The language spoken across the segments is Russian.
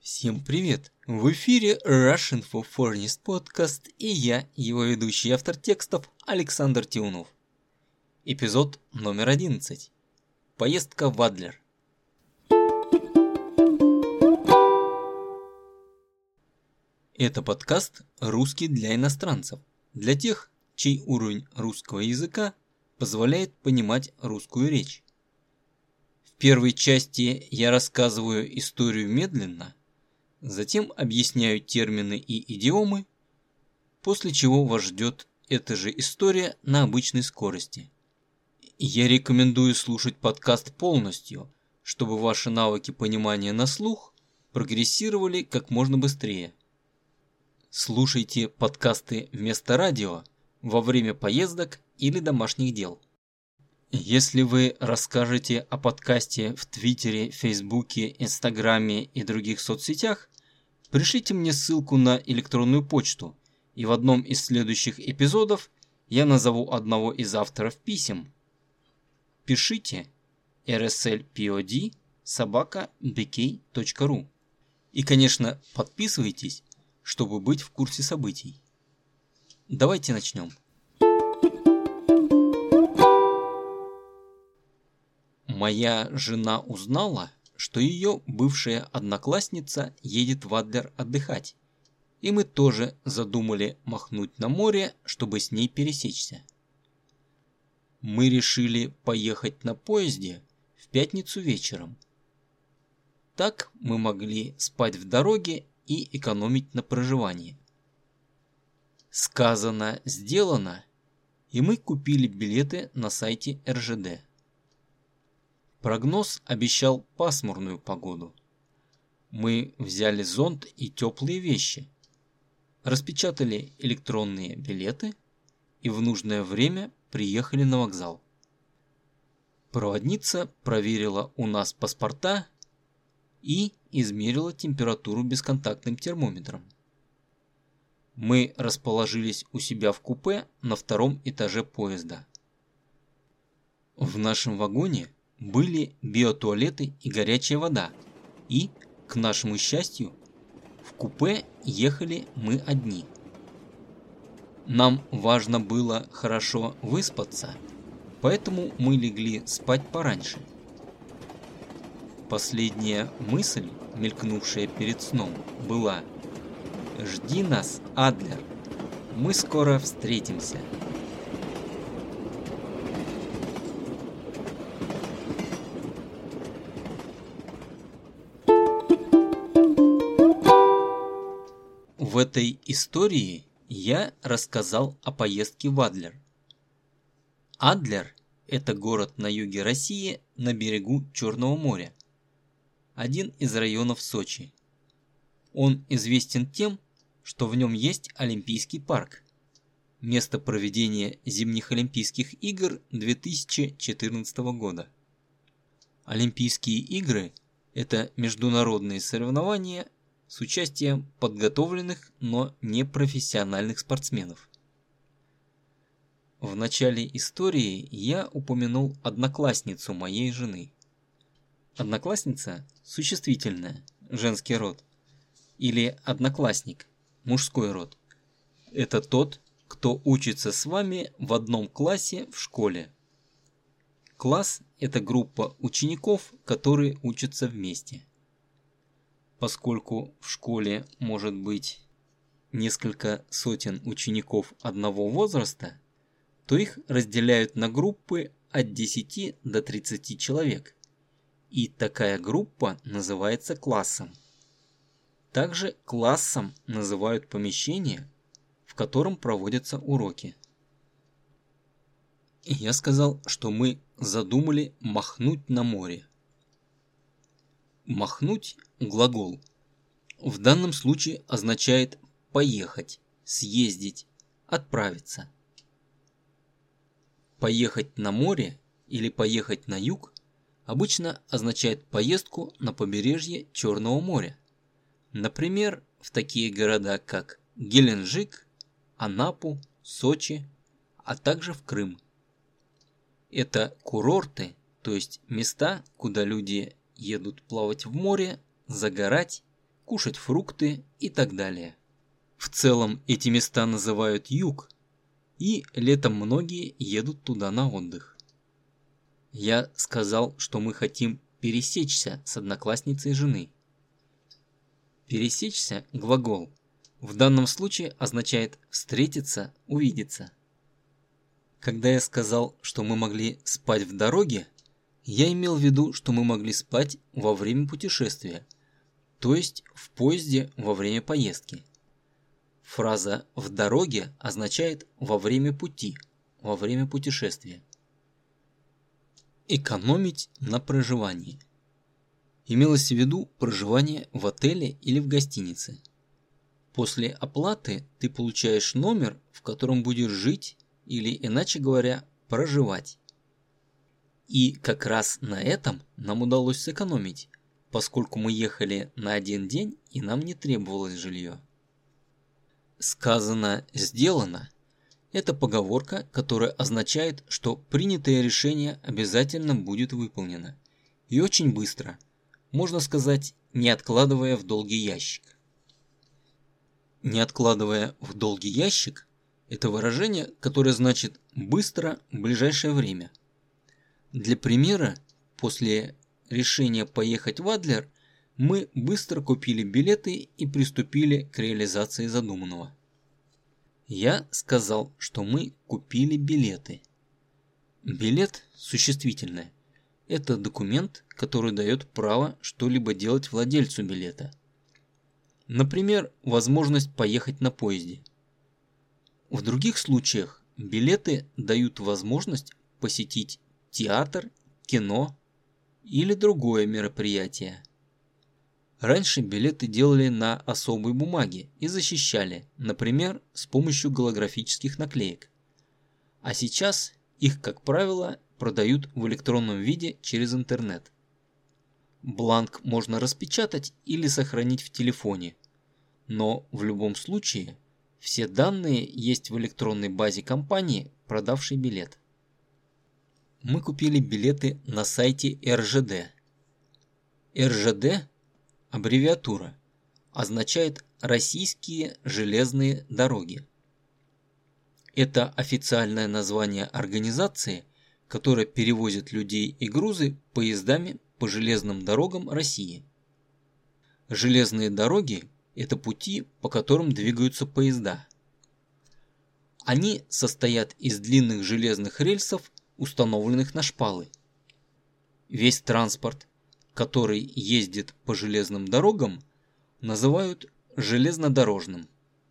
Всем привет! В эфире Russian for Foreigners подкаст и я, его ведущий автор текстов Александр Тиунов. Эпизод номер 11. Поездка в Адлер. Это подкаст «Русский для иностранцев», для тех, чей уровень русского языка позволяет понимать русскую речь. В первой части я рассказываю историю медленно, затем объясняю термины и идиомы, после чего вас ждет эта же история на обычной скорости. Я рекомендую слушать подкаст полностью, чтобы ваши навыки понимания на слух прогрессировали как можно быстрее. Слушайте подкасты вместо радио во время поездок или домашних дел. Если вы расскажете о подкасте в Твиттере, Фейсбуке, Инстаграме и других соцсетях, пришлите мне ссылку на электронную почту, и в одном из следующих эпизодов я назову одного из авторов писем. Пишите rslpod@bk.ru. И, конечно, подписывайтесь, чтобы быть в курсе событий. Давайте начнем. Моя жена узнала, что ее бывшая одноклассница едет в Адлер отдыхать, и мы тоже задумали махнуть на море, чтобы с ней пересечься. Мы решили поехать на поезде в пятницу вечером. Так мы могли спать в дороге и экономить на проживании. Сказано, сделано, и мы купили билеты на сайте РЖД. Прогноз обещал пасмурную погоду. Мы взяли зонт и теплые вещи, распечатали электронные билеты и в нужное время приехали на вокзал. Проводница проверила у нас паспорта и измерила температуру бесконтактным термометром. Мы расположились у себя в купе на втором этаже поезда. В нашем вагоне были биотуалеты и горячая вода, и, к нашему счастью, в купе ехали мы одни. Нам важно было хорошо выспаться, поэтому мы легли спать пораньше. Последняя мысль, мелькнувшая перед сном, была: «Жди нас, Адлер, мы скоро встретимся». В этой истории я рассказал о поездке в Адлер. Адлер – это город на юге России на берегу Черного моря. Один из районов Сочи. Он известен тем, что в нем есть Олимпийский парк, место проведения зимних Олимпийских игр 2014 года. Олимпийские игры – это международные соревнования с участием подготовленных, но не профессиональных спортсменов. В начале истории я упомянул одноклассницу моей жены. Одноклассница – существительное, женский род, или одноклассник, мужской род. Это тот, кто учится с вами в одном классе в школе. Класс – это группа учеников, которые учатся вместе. Поскольку в школе может быть несколько сотен учеников одного возраста, то их разделяют на группы от 10 до 30 человек, и такая группа называется классом. Также классом называют помещение, в котором проводятся уроки. Я сказал, что мы задумали махнуть на море. Махнуть – глагол. В данном случае означает поехать, съездить, отправиться. Поехать на море или поехать на юг обычно означает поездку на побережье Черного моря. Например, в такие города, как Геленджик, Анапу, Сочи, а также в Крым. Это курорты, то есть места, куда люди едут плавать в море, загорать, кушать фрукты и так далее. В целом эти места называют юг, и летом многие едут туда на отдых. Я сказал, что мы хотим пересечься с одноклассницей жены. Пересечься – глагол. В данном случае означает встретиться, увидеться. Когда я сказал, что мы могли спать в дороге, я имел в виду, что мы могли спать во время путешествия, то есть в поезде во время поездки. Фраза «в дороге» означает «во время пути», «во время путешествия». Экономить на проживании. Имелось в виду проживание в отеле или в гостинице. После оплаты ты получаешь номер, в котором будешь жить или, иначе говоря, проживать. И как раз на этом нам удалось сэкономить, поскольку мы ехали на один день и нам не требовалось жилье. Сказано, сделано. Это поговорка, которая означает, что принятое решение обязательно будет выполнено. И очень быстро. Можно сказать, не откладывая в долгий ящик. Не откладывая в долгий ящик – это выражение, которое значит «быстро» в ближайшее время. Для примера, после решения поехать в Адлер, мы быстро купили билеты и приступили к реализации задуманного. Я сказал, что мы купили билеты. Билет существительное. Это документ, который дает право что-либо делать владельцу билета. Например, возможность поехать на поезде. В других случаях билеты дают возможность посетить театр, кино или другое мероприятие. Раньше билеты делали на особой бумаге и защищали, например, с помощью голографических наклеек. А сейчас их, как правило, продают в электронном виде через интернет. Бланк можно распечатать или сохранить в телефоне, но в любом случае все данные есть в электронной базе компании, продавшей билет. Мы купили билеты на сайте РЖД. РЖД – аббревиатура, означает «Российские железные дороги». Это официальное название организации, которая перевозит людей и грузы поездами по железным дорогам России. Железные дороги – это пути, по которым двигаются поезда. Они состоят из длинных железных рельсов, установленных на шпалы. Весь транспорт, который ездит по железным дорогам, называют железнодорожным.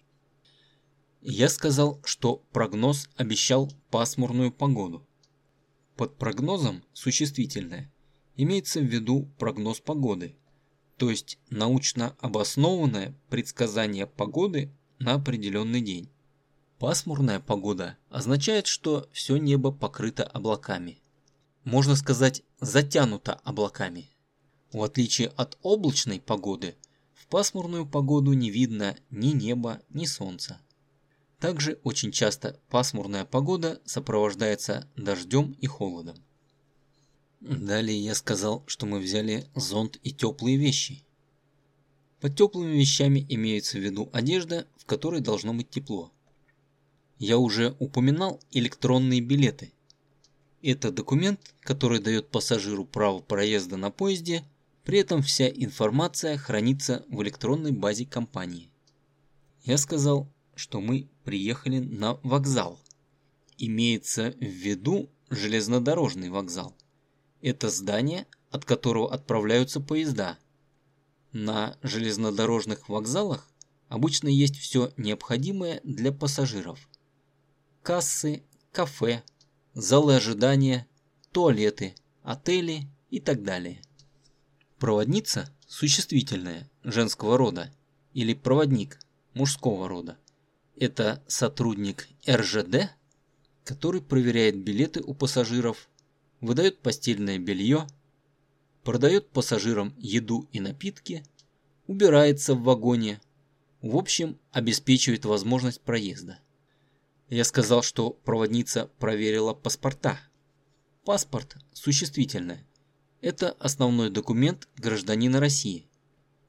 Я сказал, что прогноз обещал пасмурную погоду. Под прогнозом существительное имеется в виду прогноз погоды, то есть научно обоснованное предсказание погоды на определенный день. Пасмурная погода означает, что все небо покрыто облаками. Можно сказать, затянуто облаками. В отличие от облачной погоды, в пасмурную погоду не видно ни неба, ни солнца. Также очень часто пасмурная погода сопровождается дождем и холодом. Далее я сказал, что мы взяли зонт и теплые вещи. Под теплыми вещами имеется в виду одежда, в которой должно быть тепло. Я уже упоминал электронные билеты. Это документ, который дает пассажиру право проезда на поезде, при этом вся информация хранится в электронной базе компании. Я сказал, что мы приехали на вокзал. Имеется в виду железнодорожный вокзал. Это здание, от которого отправляются поезда. На железнодорожных вокзалах обычно есть все необходимое для пассажиров. Кассы, кафе, залы ожидания, туалеты, отели и так далее. Проводница – существительное женского рода или проводник мужского рода. Это сотрудник РЖД, который проверяет билеты у пассажиров, выдает постельное белье, продает пассажирам еду и напитки, убирается в вагоне, в общем, обеспечивает возможность проезда. Я сказал, что проводница проверила паспорта. Паспорт – существительное. Это основной документ гражданина России.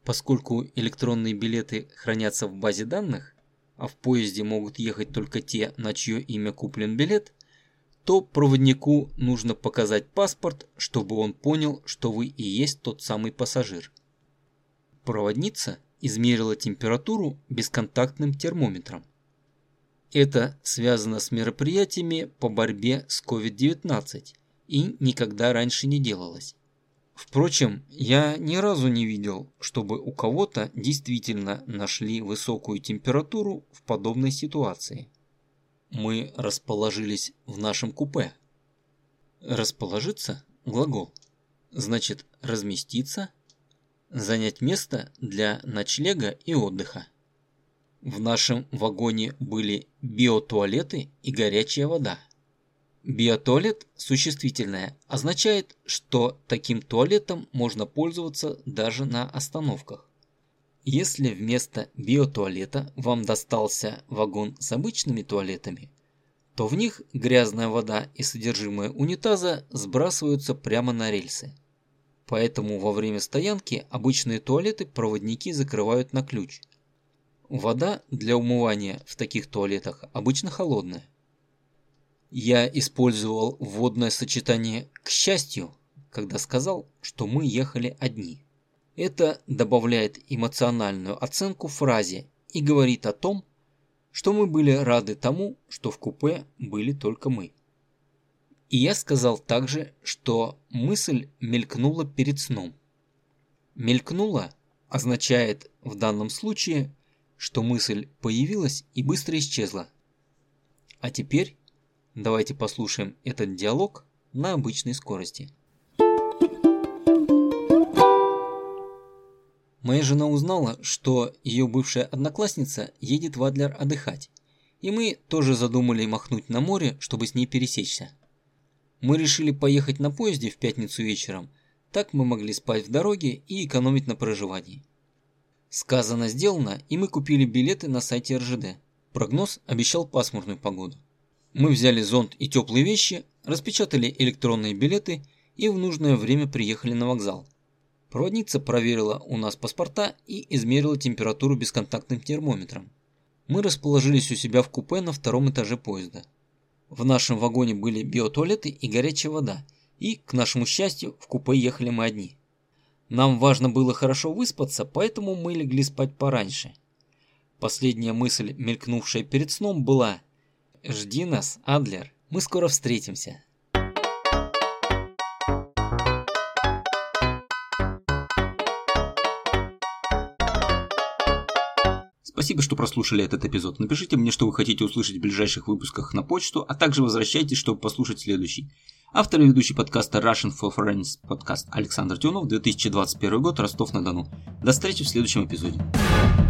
Поскольку электронные билеты хранятся в базе данных, а в поезде могут ехать только те, на чье имя куплен билет, то проводнику нужно показать паспорт, чтобы он понял, что вы и есть тот самый пассажир. Проводница измерила температуру бесконтактным термометром. Это связано с мероприятиями по борьбе с COVID-19 и никогда раньше не делалось. Впрочем, я ни разу не видел, чтобы у кого-то действительно нашли высокую температуру в подобной ситуации. Мы расположились в нашем купе. Расположиться – глагол. Значит, разместиться, занять место для ночлега и отдыха. В нашем вагоне были биотуалеты и горячая вода. Биотуалет, существительное, означает, что таким туалетом можно пользоваться даже на остановках. Если вместо биотуалета вам достался вагон с обычными туалетами, то в них грязная вода и содержимое унитаза сбрасываются прямо на рельсы. Поэтому во время стоянки обычные туалеты проводники закрывают на ключ. Вода для умывания в таких туалетах обычно холодная. Я использовал вводное сочетание «к счастью», когда сказал, что мы ехали одни. Это добавляет эмоциональную оценку фразе и говорит о том, что мы были рады тому, что в купе были только мы. И я сказал также, что мысль мелькнула перед сном. «Мелькнула» означает в данном случае, что мысль появилась и быстро исчезла. А теперь давайте послушаем этот диалог на обычной скорости. Моя жена узнала, что ее бывшая одноклассница едет в Адлер отдыхать, и мы тоже задумали махнуть на море, чтобы с ней пересечься. Мы решили поехать на поезде в пятницу вечером, так мы могли спать в дороге и экономить на проживании. Сказано, сделано, и мы купили билеты на сайте РЖД. Прогноз обещал пасмурную погоду. Мы взяли зонт и теплые вещи, распечатали электронные билеты и в нужное время приехали на вокзал. Проводница проверила у нас паспорта и измерила температуру бесконтактным термометром. Мы расположились у себя в купе на втором этаже поезда. В нашем вагоне были биотуалеты и горячая вода, и, к нашему счастью, в купе ехали мы одни. Нам важно было хорошо выспаться, поэтому мы легли спать пораньше. Последняя мысль, мелькнувшая перед сном, была: «Жди нас, Адлер, мы скоро встретимся». Спасибо, что прослушали этот эпизод. Напишите мне, что вы хотите услышать в ближайших выпусках на почту, а также возвращайтесь, чтобы послушать следующий. Автор и ведущий подкаста Russian for Foreigners подкаст Александр Тюнов, 2021 год, Ростов-на-Дону. До встречи в следующем эпизоде.